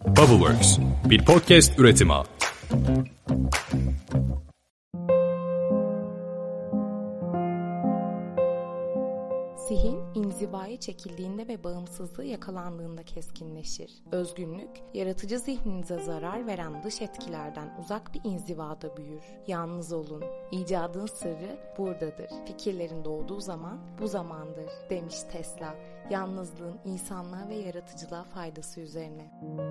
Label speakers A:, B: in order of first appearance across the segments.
A: Bubbleworks, bir podcast üretimi.
B: Zihin, inzivaya çekildiğinde ve bağımsızlığı yakalandığında keskinleşir. Özgünlük, yaratıcı zihninize zarar veren dış etkilerden uzak bir inzivada büyür. Yalnız olun, icadın sırrı buradadır. Fikirlerin doğduğu zaman bu zamandır, demiş Tesla, yalnızlığın insanlığa ve yaratıcılığa faydası üzerine.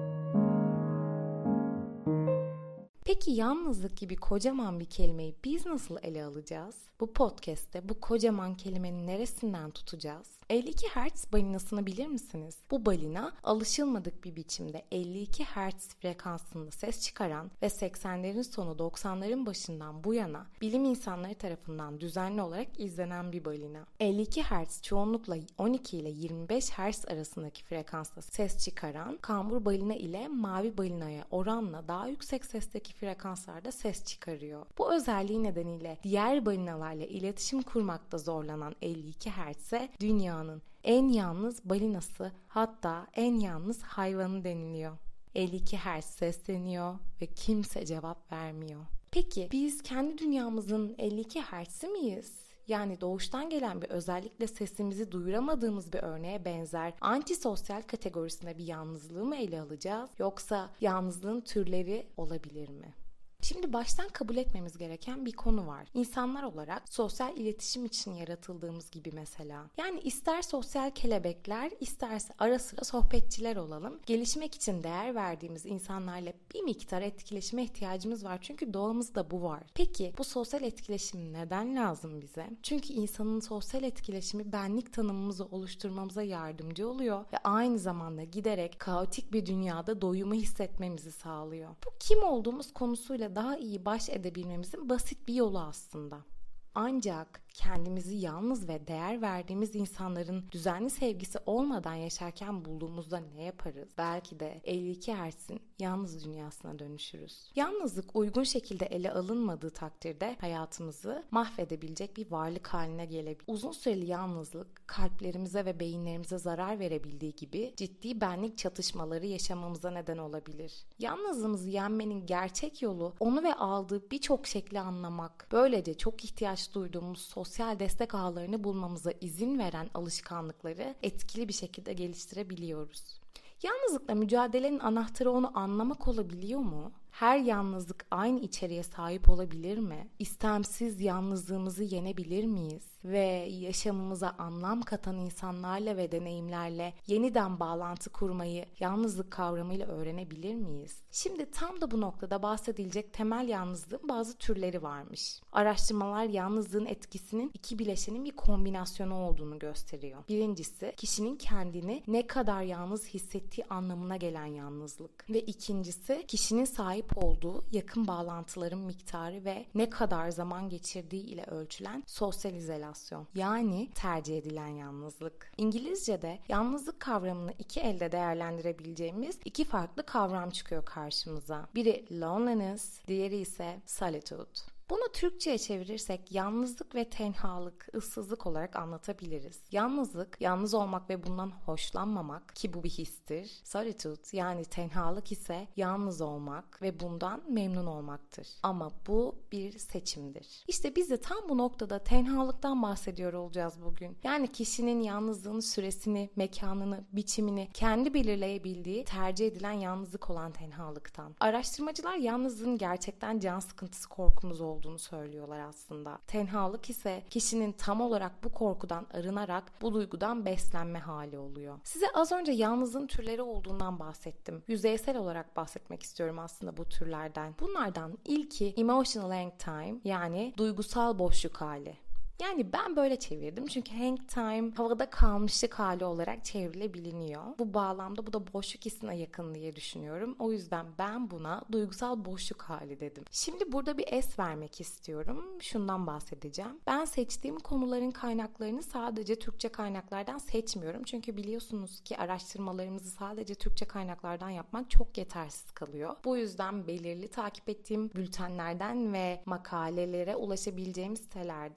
B: Peki yalnızlık gibi kocaman bir kelimeyi biz nasıl ele alacağız? Bu podcast'te bu kocaman kelimenin neresinden tutacağız? 52 Hz balinasını bilir misiniz? Bu balina alışılmadık bir biçimde 52 Hz frekansında ses çıkaran ve 80'lerin sonu 90'ların başından bu yana bilim insanları tarafından düzenli olarak izlenen bir balina. 52 Hz çoğunlukla 12 ile 25 Hz arasındaki frekansta ses çıkaran kambur balina ile mavi balinaya oranla daha yüksek sesteki frekanslarda ses çıkarıyor. Bu özelliği nedeniyle diğer balinalarla iletişim kurmakta zorlanan 52 Hz'e dünyanın en yalnız balinası, hatta en yalnız hayvanı deniliyor. 52 Hz sesleniyor ve kimse cevap vermiyor. Peki biz kendi dünyamızın 52 Hz'i miyiz? Yani doğuştan gelen bir özellikle sesimizi duyuramadığımız bir örneğe benzer antisosyal kategorisinde bir yalnızlığı mı ele alacağız? Yoksa yalnızlığın türleri olabilir mi? Şimdi baştan kabul etmemiz gereken bir konu var. İnsanlar olarak sosyal iletişim için yaratıldığımız gibi mesela. Yani ister sosyal kelebekler, isterse ara sıra sohbetçiler olalım. Gelişmek için değer verdiğimiz insanlarla bir miktar etkileşime ihtiyacımız var. Çünkü doğamızda bu var. Peki bu sosyal etkileşim neden lazım bize? Çünkü insanın sosyal etkileşimi benlik tanımımızı oluşturmamıza yardımcı oluyor ve aynı zamanda giderek kaotik bir dünyada doyumu hissetmemizi sağlıyor. Bu kim olduğumuz konusuyla daha iyi baş edebilmemizin basit bir yolu aslında. Ancak kendimizi yalnız ve değer verdiğimiz insanların düzenli sevgisi olmadan yaşarken bulduğumuzda ne yaparız? Belki de 52 Hz'in yalnız dünyasına dönüşürüz. Yalnızlık uygun şekilde ele alınmadığı takdirde hayatımızı mahvedebilecek bir varlık haline gelebilir. Uzun süreli yalnızlık kalplerimize ve beyinlerimize zarar verebildiği gibi ciddi benlik çatışmaları yaşamamıza neden olabilir. Yalnızlığımızı yenmenin gerçek yolu onu ve aldığı birçok şekli anlamak. Böylece çok ihtiyaç duyduğumuz sosyal destek ağlarını bulmamıza izin veren alışkanlıkları etkili bir şekilde geliştirebiliyoruz. Yalnızlıkla mücadelenin anahtarı onu anlamak olabiliyor mu? Her yalnızlık aynı içeriğe sahip olabilir mi? İstemsiz yalnızlığımızı yenebilir miyiz? Ve yaşamımıza anlam katan insanlarla ve deneyimlerle yeniden bağlantı kurmayı yalnızlık kavramıyla öğrenebilir miyiz? Şimdi tam da bu noktada bahsedilecek temel yalnızlığın bazı türleri varmış. Araştırmalar yalnızlığın etkisinin iki bileşenin bir kombinasyonu olduğunu gösteriyor. Birincisi, kişinin kendini ne kadar yalnız hissettiği anlamına gelen yalnızlık. Ve ikincisi, kişinin sahip olduğu yakın bağlantıların miktarı ve ne kadar zaman geçirdiği ile ölçülen sosyal izolasyon, yani tercih edilen yalnızlık. İngilizce'de yalnızlık kavramını iki elde değerlendirebileceğimiz iki farklı kavram çıkıyor karşımıza. Biri loneliness, diğeri ise solitude. Bunu Türkçe'ye çevirirsek yalnızlık ve tenhalık, ıssızlık olarak anlatabiliriz. Yalnızlık, yalnız olmak ve bundan hoşlanmamak ki bu bir histir. Solitude yani tenhalık ise yalnız olmak ve bundan memnun olmaktır. Ama bu bir seçimdir. İşte biz de tam bu noktada tenhalıktan bahsediyor olacağız bugün. Yani kişinin yalnızlığın süresini, mekanını, biçimini kendi belirleyebildiği tercih edilen yalnızlık olan tenhalıktan. Araştırmacılar yalnızlığın gerçekten can sıkıntısı korkumuz olduğunu söylüyorlar aslında. Tenhalık ise kişinin tam olarak bu korkudan arınarak bu duygudan beslenme hali oluyor. Size az önce yalnızlığın türleri olduğundan bahsettim. Yüzeysel olarak bahsetmek istiyorum aslında bu türlerden. Bunlardan ilki emotional hang time, yani duygusal boşluk hali. Yani ben böyle çevirdim çünkü hang time havada kalmışlık hali olarak çevrilebiliniyor. Bu bağlamda bu da boşluk hissine yakın diye düşünüyorum. O yüzden ben buna duygusal boşluk hali dedim. Şimdi burada bir es vermek istiyorum. Şundan bahsedeceğim. Ben seçtiğim konuların kaynaklarını sadece Türkçe kaynaklardan seçmiyorum. Çünkü biliyorsunuz ki araştırmalarımızı sadece Türkçe kaynaklardan yapmak çok yetersiz kalıyor. Bu yüzden belirli takip ettiğim bültenlerden ve makalelere ulaşabileceğim sitelerden İngilizce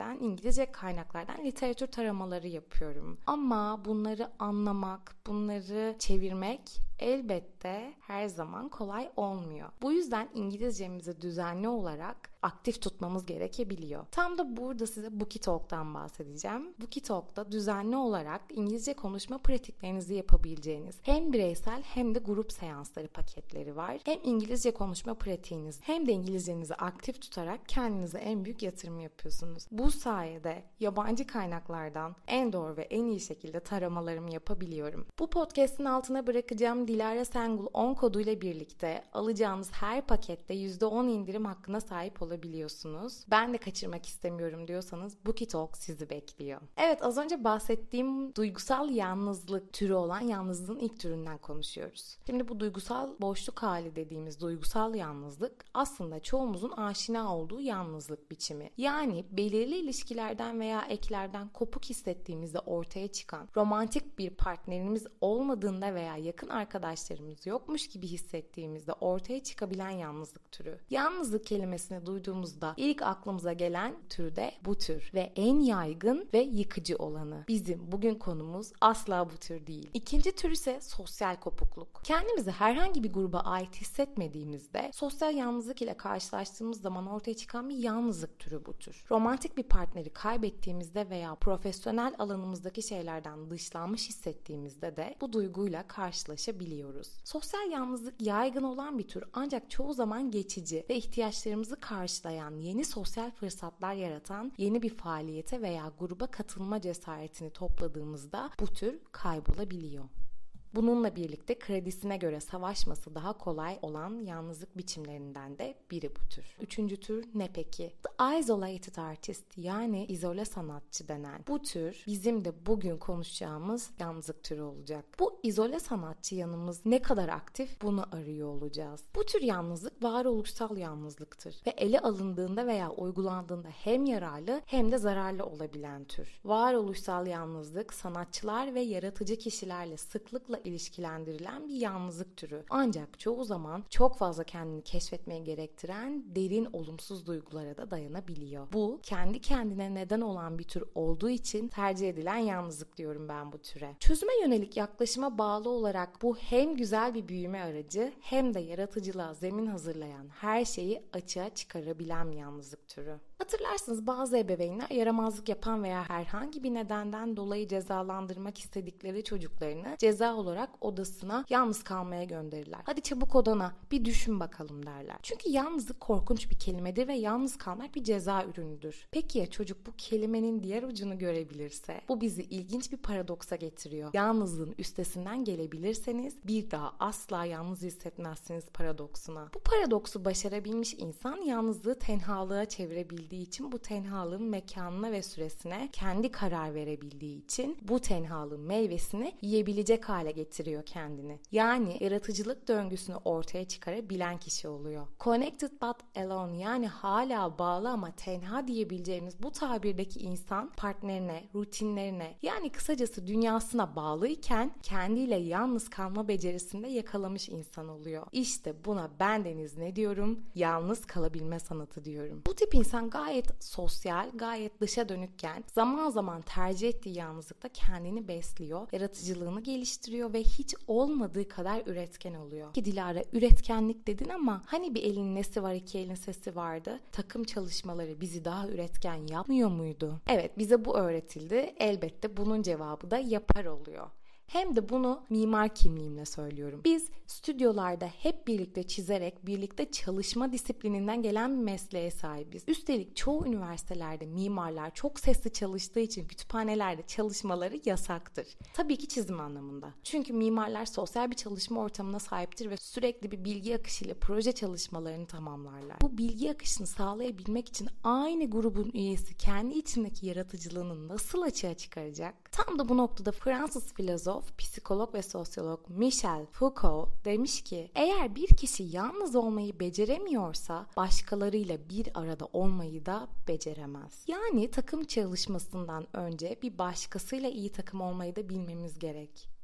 B: İngilizce kaynaklardan literatür taramaları yapıyorum. Ama bunları anlamak, bunları çevirmek elbette her zaman kolay olmuyor. Bu yüzden İngilizcemizi düzenli olarak aktif tutmamız gerekebiliyor. Tam da burada size Bookietalk'tan bahsedeceğim. Bookietalk'ta düzenli olarak İngilizce konuşma pratiklerinizi yapabileceğiniz hem bireysel hem de grup seansları paketleri var. Hem İngilizce konuşma pratiğiniz hem de İngilizcenizi aktif tutarak kendinize en büyük yatırım yapıyorsunuz. Bu sayede yabancı kaynaklardan en doğru ve en iyi şekilde taramalarımı yapabiliyorum. Bu podcast'in altına bırakacağım Dilara Sengul 10 koduyla birlikte alacağınız her pakette %10 indirim hakkına sahip olabiliyorsunuz. Ben de kaçırmak istemiyorum diyorsanız Bookietalk sizi bekliyor. Evet, az önce bahsettiğim duygusal yalnızlık türü olan yalnızlığın ilk türünden konuşuyoruz. Şimdi bu duygusal boşluk hali dediğimiz duygusal yalnızlık aslında çoğumuzun aşina olduğu yalnızlık biçimi. Yani belirli ilişkilerden veya eklerden kopuk hissettiğimizde ortaya çıkan, romantik bir partnerimiz olmadığında veya yakın arkadaşlarımız yokmuş gibi hissettiğimizde ortaya çıkabilen yalnızlık türü. Yalnızlık kelimesini duyduğumuzda ilk aklımıza gelen tür de bu tür ve en yaygın ve yıkıcı olanı. Bizim bugün konumuz asla bu tür değil. İkinci tür ise sosyal kopukluk. Kendimizi herhangi bir gruba ait hissetmediğimizde sosyal yalnızlık ile karşılaştığımız zaman ortaya çıkan bir yalnızlık türü bu tür. Romantik bir partneri kaybettiğimizde veya profesyonel alanımızdaki şeylerden dışlanmış hissettiğimizde de bu duyguyla karşılaşabiliyoruz. Sosyal yalnızlık yaygın olan bir tür ancak çoğu zaman geçici ve ihtiyaçlarımızı karşılayan, yeni sosyal fırsatlar yaratan yeni bir faaliyete veya gruba katılma cesaretini topladığımızda bu tür kaybolabiliyor. Bununla birlikte kredisine göre savaşması daha kolay olan yalnızlık biçimlerinden de biri bu tür. Üçüncü tür ne peki? The isolated artist, yani izole sanatçı denen bu tür bizim de bugün konuşacağımız yalnızlık türü olacak. Bu izole sanatçı yanımız ne kadar aktif, bunu arıyor olacağız. Bu tür yalnızlık varoluşsal yalnızlıktır ve ele alındığında veya uygulandığında hem yararlı hem de zararlı olabilen tür. Varoluşsal yalnızlık sanatçılar ve yaratıcı kişilerle sıklıkla ilişkilendirilen bir yalnızlık türü. Ancak çoğu zaman çok fazla kendini keşfetmeye gerektiren derin olumsuz duygulara da dayanabiliyor. Bu kendi kendine neden olan bir tür olduğu için tercih edilen yalnızlık diyorum ben bu türe. Çözüme yönelik yaklaşıma bağlı olarak bu hem güzel bir büyüme aracı hem de yaratıcılığa zemin hazırlayan, her şeyi açığa çıkarabilen yalnızlık türü. Hatırlarsınız, bazı ebeveynler yaramazlık yapan veya herhangi bir nedenden dolayı cezalandırmak istedikleri çocuklarını ceza olarak odasına yalnız kalmaya gönderirler. Hadi çabuk odana, bir düşün bakalım derler. Çünkü yalnızlık korkunç bir kelimedir ve yalnız kalmak bir ceza ürünüdür. Peki ya çocuk bu kelimenin diğer ucunu görebilirse? Bu bizi ilginç bir paradoksa getiriyor. Yalnızlığın üstesinden gelebilirseniz bir daha asla yalnız hissetmezsiniz paradoksuna. Bu paradoksu başarabilmiş insan yalnızlığı tenhalığa çevirebildiği için, bu tenhalığın mekanına ve süresine kendi karar verebildiği için bu tenhalığın meyvesini yiyebilecek hale getiriyor kendini. Yani yaratıcılık döngüsünü ortaya çıkarabilen kişi oluyor. Connected but alone, yani hala bağlı ama tenha diyebileceğimiz bu tabirdeki insan partnerine, rutinlerine, yani kısacası dünyasına bağlıyken kendiyle yalnız kalma becerisinde yakalamış insan oluyor. İşte buna bendeniz ne diyorum? Yalnız kalabilme sanatı diyorum. Bu tip insan gayet sosyal, gayet dışa dönükken zaman zaman tercih ettiği yalnızlıkta kendini besliyor, yaratıcılığını geliştiriyor ve hiç olmadığı kadar üretken oluyor. Ki Dilara, üretkenlik dedin ama hani bir elin nesi var iki elin sesi vardı? Takım çalışmaları bizi daha üretken yapmıyor muydu? Evet, bize bu öğretildi. Elbette bunun cevabı da yapar oluyor. Hem de bunu mimar kimliğimle söylüyorum. Biz stüdyolarda hep birlikte çizerek, birlikte çalışma disiplininden gelen bir mesleğe sahibiz. Üstelik çoğu üniversitelerde mimarlar çok sesli çalıştığı için kütüphanelerde çalışmaları yasaktır. Tabii ki çizim anlamında. Çünkü mimarlar sosyal bir çalışma ortamına sahiptir ve sürekli bir bilgi akışıyla proje çalışmalarını tamamlarlar. Bu bilgi akışını sağlayabilmek için aynı grubun üyesi kendi içindeki yaratıcılığını nasıl açığa çıkaracak? Tam da bu noktada Fransız filozof, psikolog ve sosyolog Michel Foucault demiş ki, eğer bir kişi yalnız olmayı beceremiyorsa başkalarıyla bir arada olmayı da beceremez. Yani takım çalışmasından önce bir başkasıyla iyi takım olmayı da bilmemiz gerek.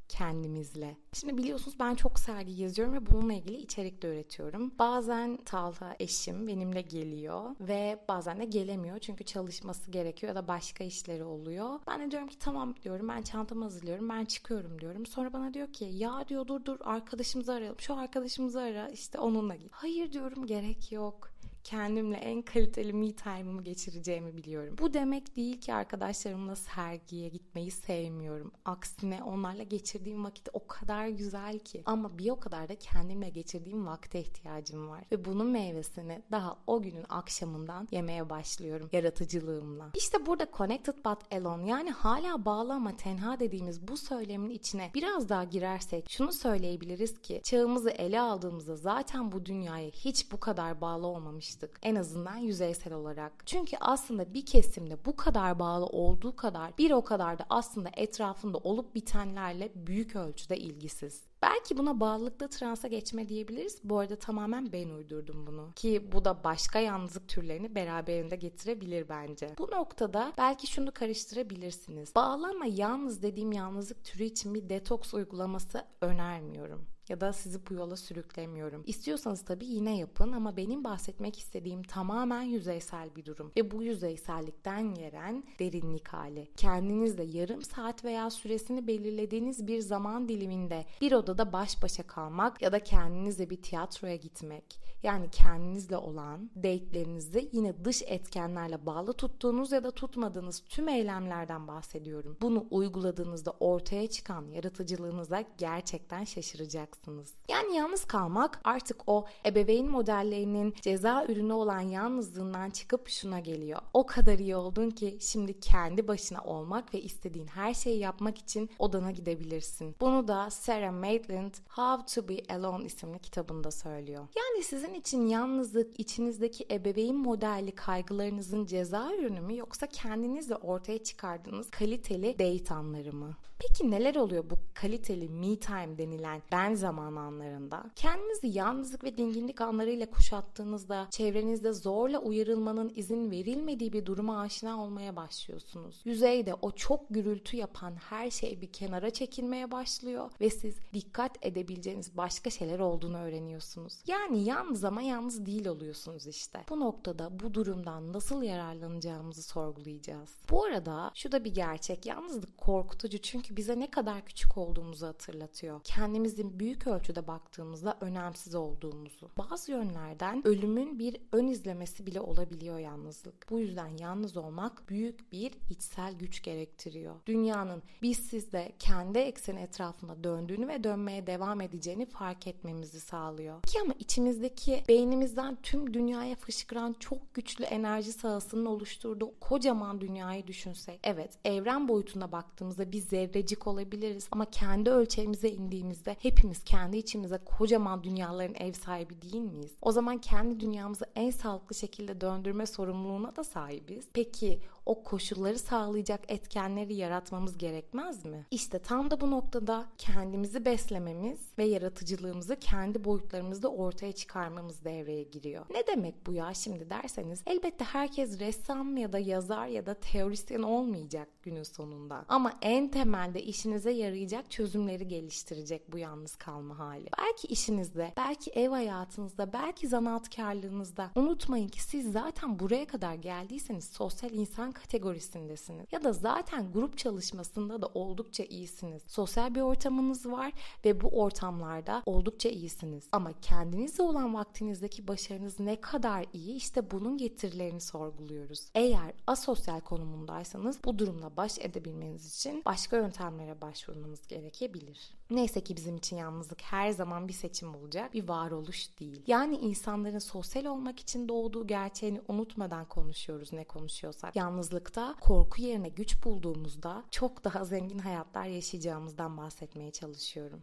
B: kendimizle. Şimdi biliyorsunuz ben çok sergi geziyorum ve bununla ilgili içerik de üretiyorum. Bazen Talha eşim benimle geliyor ve bazen de gelemiyor çünkü çalışması gerekiyor ya da başka işleri oluyor. Ben de diyorum ki tamam diyorum, ben çantamı hazırlıyorum, ben çıkıyorum diyorum. Sonra bana diyor ki ya diyor dur arkadaşımızı arayalım, şu arkadaşımızı ara, işte onunla git. Hayır diyorum, gerek yok. Kendimle en kaliteli me time'ımı geçireceğimi biliyorum. Bu demek değil ki arkadaşlarımla sergiye gitmeyi sevmiyorum. Aksine onlarla geçirdiğim vakit o kadar güzel ki. Ama bir o kadar da kendimle geçirdiğim vakte ihtiyacım var. Ve bunun meyvesini daha o günün akşamından yemeye başlıyorum. Yaratıcılığımla. İşte burada connected but alone, yani hala bağlı ama tenha dediğimiz bu söylemin içine biraz daha girersek şunu söyleyebiliriz ki çağımızı ele aldığımızda zaten bu dünyaya hiç bu kadar bağlı olmamıştık. En azından yüzeysel olarak. Çünkü aslında bir kesimde bu kadar bağlı olduğu kadar bir o kadar da aslında etrafında olup bitenlerle büyük ölçüde ilgisiz. Belki buna bağlılıkta transa geçme diyebiliriz. Bu arada tamamen ben uydurdum bunu. Ki bu da başka yalnızlık türlerini beraberinde getirebilir bence. Bu noktada belki şunu karıştırabilirsiniz. Bağlı ama yalnız dediğim yalnızlık türü için bir detoks uygulaması önermiyorum. Ya da sizi bu yola sürüklemiyorum. İstiyorsanız tabii yine yapın ama benim bahsetmek istediğim tamamen yüzeysel bir durum. Ve bu yüzeysellikten gelen derinlik hali. Kendinizle yarım saat veya süresini belirlediğiniz bir zaman diliminde bir odada baş başa kalmak ya da kendinizle bir tiyatroya gitmek. Yani kendinizle olan date'lerinizi yine dış etkenlerle bağlı tuttuğunuz ya da tutmadığınız tüm eylemlerden bahsediyorum. Bunu uyguladığınızda ortaya çıkan yaratıcılığınıza gerçekten şaşıracaksınız. Yani yalnız kalmak artık o ebeveyn modellerinin ceza ürünü olan yalnızlığından çıkıp şuna geliyor. O kadar iyi oldun ki şimdi kendi başına olmak ve istediğin her şeyi yapmak için odana gidebilirsin. Bunu da Sarah Maitland How to Be Alone isimli kitabında söylüyor. Yani sizin için yalnızlık içinizdeki ebeveyn modelli kaygılarınızın ceza ürünü mü, yoksa kendinizle ortaya çıkardığınız kaliteli date anları mı? Peki neler oluyor bu kaliteli me time denilen ben zaman anlarında? Kendinizi yalnızlık ve dinginlik anlarıyla kuşattığınızda çevrenizde zorla uyarılmanın izin verilmediği bir duruma aşina olmaya başlıyorsunuz. Yüzeyde o çok gürültü yapan her şey bir kenara çekilmeye başlıyor ve siz dikkat edebileceğiniz başka şeyler olduğunu öğreniyorsunuz. Yani yalnız ama yalnız değil oluyorsunuz işte. Bu noktada bu durumdan nasıl yararlanacağımızı sorgulayacağız. Bu arada şu da bir gerçek. Yalnızlık korkutucu çünkü bize ne kadar küçük olduğumuzu hatırlatıyor. Kendimizin büyük ölçüde baktığımızda önemsiz olduğumuzu. Bazı yönlerden ölümün bir ön izlemesi bile olabiliyor yalnızlık. Bu yüzden yalnız olmak büyük bir içsel güç gerektiriyor. Dünyanın biz sizde kendi ekseni etrafında döndüğünü ve dönmeye devam edeceğini fark etmemizi sağlıyor. Ki ama içimizdeki beynimizden tüm dünyaya fışkıran çok güçlü enerji sahasının oluşturduğu kocaman dünyayı düşünsek. Evet, evren boyutuna baktığımızda biz zerrecik olabiliriz ama kendi ölçeğimize indiğimizde hepimiz kendi içimize kocaman dünyaların ev sahibi değil miyiz? O zaman kendi dünyamızı en sağlıklı şekilde döndürme sorumluluğuna da sahibiz. Peki o koşulları sağlayacak etkenleri yaratmamız gerekmez mi? İşte tam da bu noktada kendimizi beslememiz ve yaratıcılığımızı kendi boyutlarımızda ortaya çıkarmamız devreye giriyor. Ne demek bu ya şimdi derseniz, elbette herkes ressam ya da yazar ya da teorisyen olmayacak günün sonunda. Ama en temelde işinize yarayacak çözümleri geliştirecek bu yalnız kalma hali. Belki işinizde, belki ev hayatınızda, belki zanaatkarlığınızda. Unutmayın ki siz zaten buraya kadar geldiyseniz sosyal insan kategorisindesiniz. Ya da zaten grup çalışmasında da oldukça iyisiniz. Sosyal bir ortamınız var ve bu ortamlarda oldukça iyisiniz. Ama kendinizle olan vaktinizdeki başarınız ne kadar iyi, işte bunun getirilerini sorguluyoruz. Eğer asosyal konumundaysanız bu durumla baş edebilmeniz için başka yöntemlere başvurmanız gerekebilir. Neyse ki bizim için yalnızlık her zaman bir seçim olacak, bir varoluş değil. Yani insanların sosyal olmak için doğduğu gerçeğini unutmadan konuşuyoruz ne konuşuyorsak. Yalnızlıkta korku yerine güç bulduğumuzda çok daha zengin hayatlar yaşayacağımızdan bahsetmeye çalışıyorum.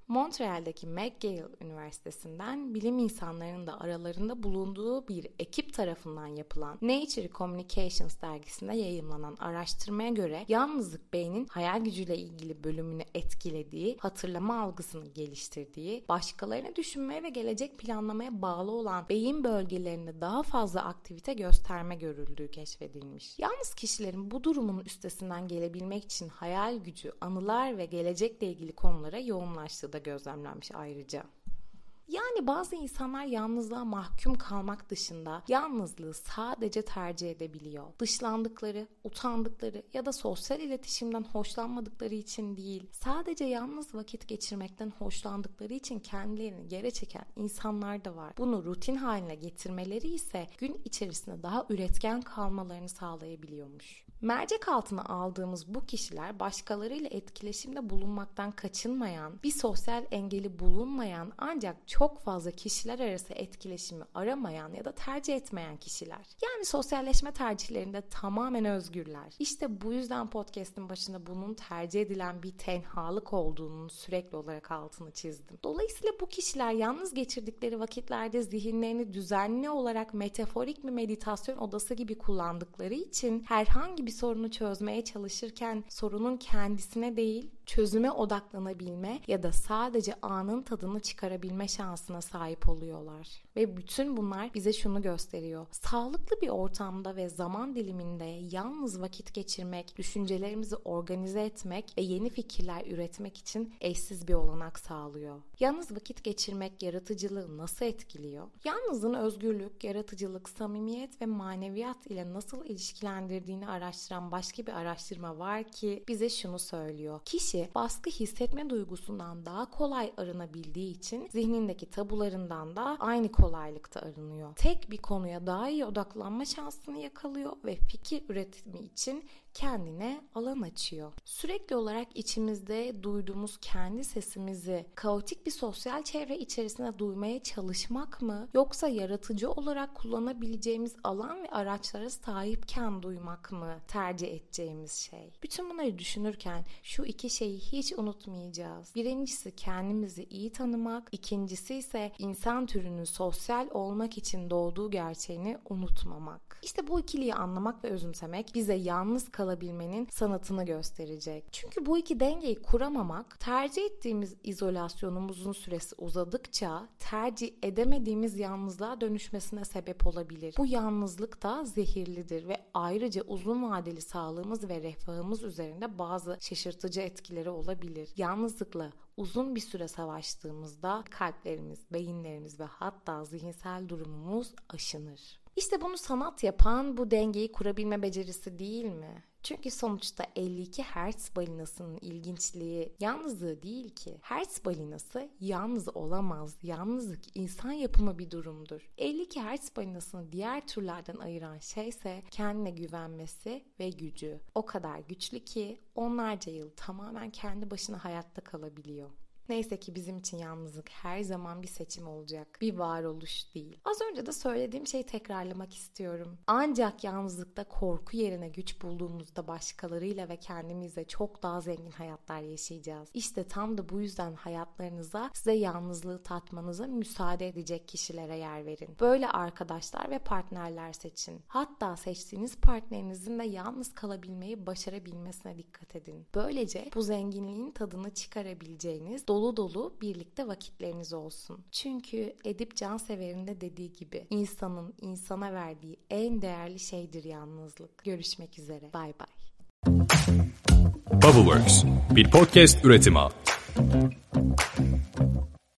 B: Montreal'deki McGill Üniversitesi'nden bilim insanlarının da aralarında bulunduğu bir ekip tarafından yapılan Nature Communications dergisinde yayımlanan araştırmaya göre yalnızlık beynin hayal gücüyle ilgili bölümünü etkilediği, hatırlama algısını geliştirdiği, başkalarını düşünmeye ve gelecek planlamaya bağlı olan beyin bölgelerinde daha fazla aktivite gösterme görüldüğü keşfedilmiş. Yalnız kişilerin bu durumun üstesinden gelebilmek için hayal gücü, anılar ve gelecekle ilgili konulara yoğunlaştığı da gözlemlenmiş ayrıca. Yani bazı insanlar yalnızlığa mahkum kalmak dışında yalnızlığı sadece tercih edebiliyor. Dışlandıkları, utandıkları ya da sosyal iletişimden hoşlanmadıkları için değil, sadece yalnız vakit geçirmekten hoşlandıkları için kendilerini geri çeken insanlar da var. Bunu rutin haline getirmeleri ise gün içerisinde daha üretken kalmalarını sağlayabiliyormuş. Mercek altına aldığımız bu kişiler başkalarıyla etkileşimde bulunmaktan kaçınmayan, bir sosyal engeli bulunmayan ancak çok fazla kişiler arası etkileşimi aramayan ya da tercih etmeyen kişiler. Yani sosyalleşme tercihlerinde tamamen özgürler. İşte bu yüzden podcast'in başında bunun tercih edilen bir tenhalık olduğunun sürekli olarak altını çizdim. Dolayısıyla bu kişiler yalnız geçirdikleri vakitlerde zihinlerini düzenli olarak metaforik bir meditasyon odası gibi kullandıkları için herhangi bir sorunu çözmeye çalışırken sorunun kendisine değil, çözüme odaklanabilme ya da sadece anın tadını çıkarabilme şansına sahip oluyorlar. Ve bütün bunlar bize şunu gösteriyor. Sağlıklı bir ortamda ve zaman diliminde yalnız vakit geçirmek, düşüncelerimizi organize etmek ve yeni fikirler üretmek için eşsiz bir olanak sağlıyor. Yalnız vakit geçirmek yaratıcılığı nasıl etkiliyor? Yalnızlığın özgürlük, yaratıcılık, samimiyet ve maneviyat ile nasıl ilişkilendirdiğini araştıran başka bir araştırma var ki bize şunu söylüyor. Kişi baskı hissetme duygusundan daha kolay arınabildiği için zihnindeki tabularından da aynı kolaylıkta arınıyor. Tek bir konuya daha iyi odaklanma şansını yakalıyor ve fikir üretimi için kendine alan açıyor. Sürekli olarak içimizde duyduğumuz kendi sesimizi kaotik bir sosyal çevre içerisinde duymaya çalışmak mı, yoksa yaratıcı olarak kullanabileceğimiz alan ve araçlara sahipken duymak mı tercih edeceğimiz şey? Bütün bunları düşünürken şu iki şeyi hiç unutmayacağız. Birincisi kendimizi iyi tanımak, ikincisi ise insan türünün sosyal olmak için doğduğu gerçeğini unutmamak. İşte bu ikiliyi anlamak ve özümsemek bize yalnız kalabilmenin sanatını gösterecek. Çünkü bu iki dengeyi kuramamak, tercih ettiğimiz izolasyonumuzun süresi uzadıkça tercih edemediğimiz yalnızlığa dönüşmesine sebep olabilir. Bu yalnızlık da zehirlidir ve ayrıca uzun vadeli sağlığımız ve refahımız üzerinde bazı şaşırtıcı etkileri olabilir. Yalnızlıkla uzun bir süre savaştığımızda kalplerimiz, beyinlerimiz ve hatta zihinsel durumumuz aşınır. İşte bunu sanat yapan bu dengeyi kurabilme becerisi değil mi? Çünkü sonuçta 52 Hz balinasının ilginçliği yalnızlığı değil ki. Hertz balinası yalnız olamaz. Yalnızlık insan yapımı bir durumdur. 52 Hz balinasını diğer türlerden ayıran şey ise kendine güvenmesi ve gücü. O kadar güçlü ki onlarca yıl tamamen kendi başına hayatta kalabiliyor. Neyse ki bizim için yalnızlık her zaman bir seçim olacak. Bir varoluş değil. Az önce de söylediğim şeyi tekrarlamak istiyorum. Ancak yalnızlıkta korku yerine güç bulduğumuzda başkalarıyla ve kendimizle çok daha zengin hayatlar yaşayacağız. İşte tam da bu yüzden hayatlarınıza size yalnızlığı tatmanıza müsaade edecek kişilere yer verin. Böyle arkadaşlar ve partnerler seçin. Hatta seçtiğiniz partnerinizin de yalnız kalabilmeyi başarabilmesine dikkat edin. Böylece bu zenginliğin tadını çıkarabileceğiniz dolu dolu birlikte vakitleriniz olsun. Çünkü Edip Cansever'in de dediği gibi insanın insana verdiği en değerli şeydir yalnızlık. Görüşmek üzere. Bye bye.
A: Bubbleworks bir podcast üretimi.